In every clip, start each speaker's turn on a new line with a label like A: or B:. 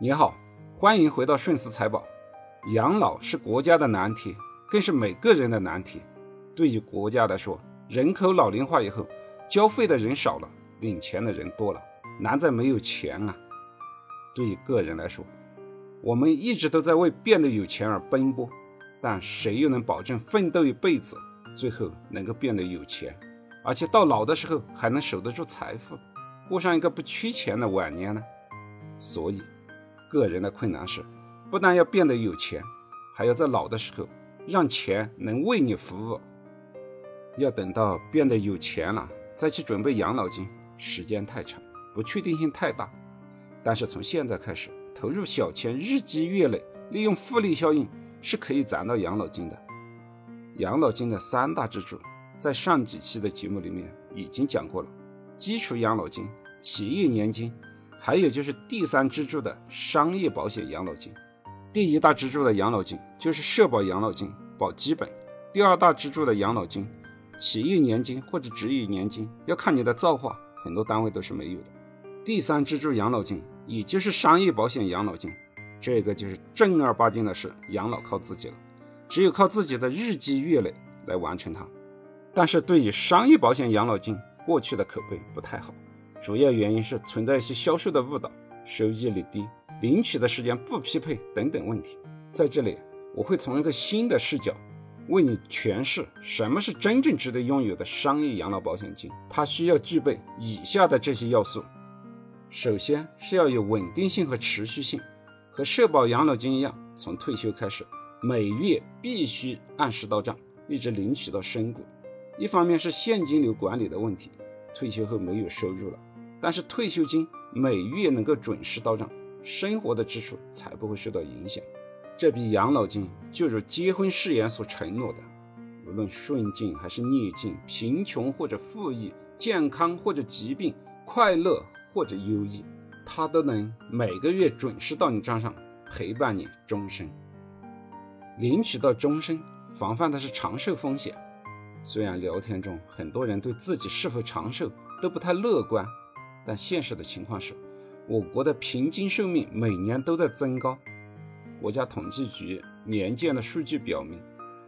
A: 你好，欢迎回到顺思财宝。养老是国家的难题，更是每个人的难题。对于国家来说，人口老龄化以后，交费的人少了，领钱的人多了，难在没有钱啊。对于个人来说，我们一直都在为变得有钱而奔波，但谁又能保证奋斗一辈子，最后能够变得有钱，而且到老的时候还能守得住财富，过上一个不缺钱的晚年呢？所以个人的困难是，不但要变得有钱，还要在老的时候让钱能为你服务。要等到变得有钱了再去准备养老金，时间太长，不确定性太大。但是从现在开始，投入小钱，日积月累，利用复利效应，是可以攒到养老金的。养老金的三大支柱，在上几期的节目里面已经讲过了：基础养老金、企业年金，还有就是第三支柱的商业保险养老金。第一大支柱的养老金就是社保养老金，保基本；第二大支柱的养老金，企业年金或者职业年金，要看你的造化，很多单位都是没有的。第三支柱养老金，也就是商业保险养老金，这个就是正儿八经的是养老靠自己了，只有靠自己的日积月累来完成它。但是对于商业保险养老金，过去的口碑不太好，主要原因是存在一些销售的误导，收益率低，领取的时间不匹配等等问题。在这里我会从一个新的视角为你诠释什么是真正值得拥有的商业养老保险金。它需要具备以下的这些要素。首先是要有稳定性和持续性，和社保养老金一样，从退休开始每月必须按时到账，一直领取到身故。一方面是现金流管理的问题，退休后没有收入了，但是退休金每月能够准时到账，生活的支出才不会受到影响。这笔养老金就如结婚誓言所承诺的，无论顺境还是逆境，贫穷或者富裕，健康或者疾病，快乐或者忧郁，它都能每个月准时到你账上，陪伴你终身。领取到终身，防范的是长寿风险。虽然聊天中很多人对自己是否长寿都不太乐观，但现实的情况是，我国的平均寿命每年都在增高。国家统计局年鉴的数据表明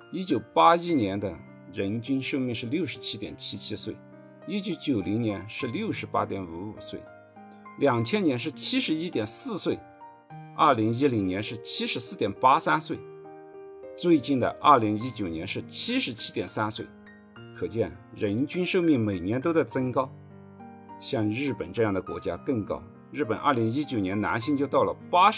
A: ，1981年的人均寿命是 67.77 岁，1990年是 68.55 岁，2000年是 71.4 岁，2010年是 74.83 岁，最近的2019年是 77.3 岁。可见人均寿命每年都在增高。像日本这样的国家更高，日本2019年男性就到了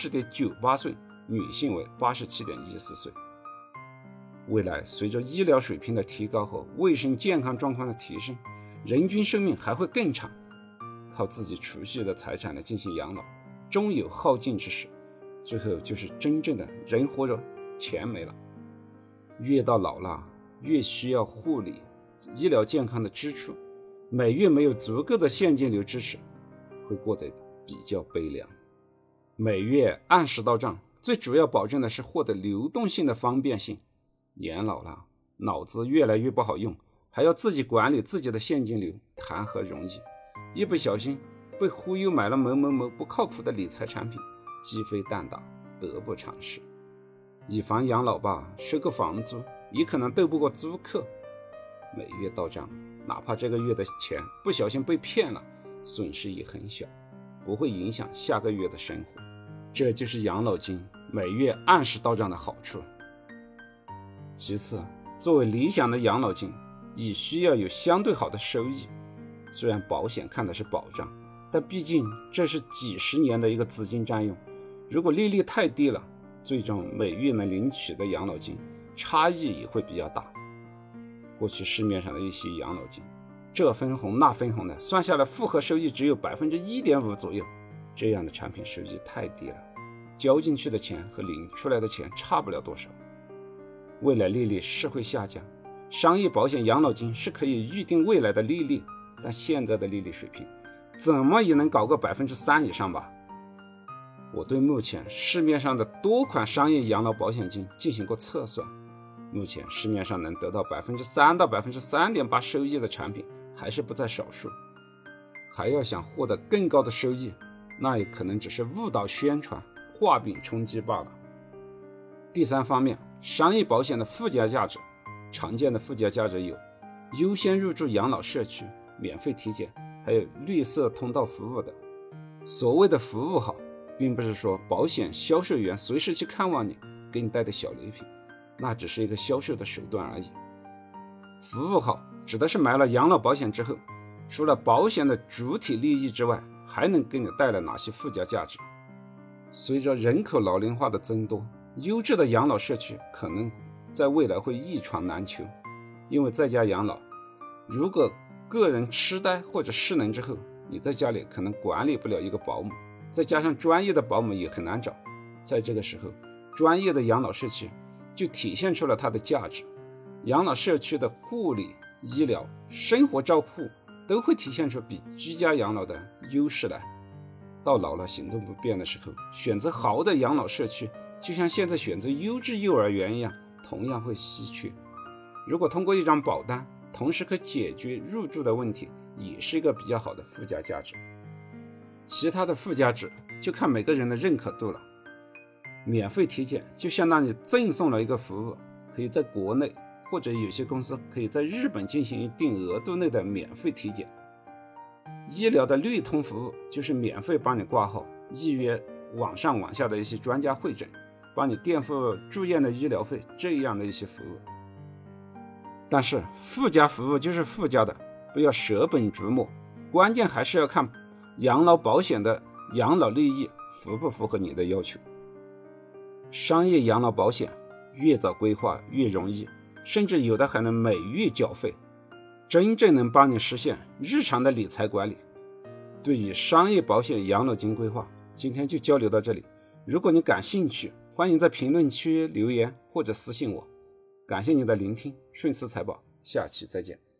A: 80.98 岁，女性为 87.14 岁。未来随着医疗水平的提高和卫生健康状况的提升，人均寿命还会更长。靠自己储蓄的财产来进行养老，终有耗尽之时，最后就是真正的人活着，钱没了。越到老了，越需要护理、医疗健康的支出，每月没有足够的现金流支持，会过得比较悲凉。每月按时到账，最主要保证的是获得流动性的方便性。年老了，脑子越来越不好用，还要自己管理自己的现金流，谈何容易？一不小心被忽悠买了某某某不靠谱的理财产品，鸡飞蛋打，得不偿失。以房养老吧，收个房租也可能斗不过租客。每月到账，哪怕这个月的钱不小心被骗了，损失也很小，不会影响下个月的生活。这就是养老金每月按时到账的好处。其次，作为理想的养老金，也需要有相对好的收益。虽然保险看的是保障，但毕竟这是几十年的一个资金占用，如果利率太低了，最终每月能领取的养老金差异也会比较大。过去市面上的一些养老金，这分红那分红的，算下来复合收益只有 1.5% 左右，这样的产品收益太低了，交进去的钱和领出来的钱差不了多少。未来利率是会下降，商业保险养老金是可以预定未来的利率，但现在的利率水平怎么也能搞个 3% 以上吧。我对目前市面上的多款商业养老保险金进行过测算，目前市面上能得到 3% 到 3.8% 收益的产品还是不在少数。还要想获得更高的收益，那也可能只是误导宣传， 画饼充饥罢了。第三方面，商业保险的附加价值，常见的附加价值有优先入住养老社区、免费体检，还有绿色通道服务等。所谓的服务好，并不是说保险销售员随时去看望你，给你带的小礼品，那只是一个销售的手段而已。服务好指的是买了养老保险之后，除了保险的主体利益之外，还能给你带来哪些附加价值。随着人口老龄化的增多，优质的养老社区可能在未来会一床难求。因为在家养老，如果个人痴呆或者失能之后，你在家里可能管理不了一个保姆，再加上专业的保姆也很难找。在这个时候，专业的养老社区就体现出了它的价值。养老社区的护理、医疗、生活照护都会体现出比居家养老的优势来。到老了行动不便的时候，选择好的养老社区，就像现在选择优质幼儿园一样，同样会稀缺。如果通过一张保单，同时可解决入住的问题，也是一个比较好的附加价值。其他的附加值就看每个人的认可度了。免费体检就相当于赠送了一个服务，可以在国内或者有些公司可以在日本进行一定额度内的免费体检。医疗的绿通服务就是免费帮你挂号、预约网上网下的一些专家会诊，帮你垫付住院的医疗费，这样的一些服务。但是附加服务就是附加的，不要舍本逐末，关键还是要看养老保险的养老利益符不符合你的要求。商业养老保险越早规划越容易，甚至有的还能每月缴费，真正能帮你实现日常的理财管理。对于商业保险养老金规划，今天就交流到这里。如果你感兴趣，欢迎在评论区留言或者私信我。感谢你的聆听，顺思财宝，下期再见。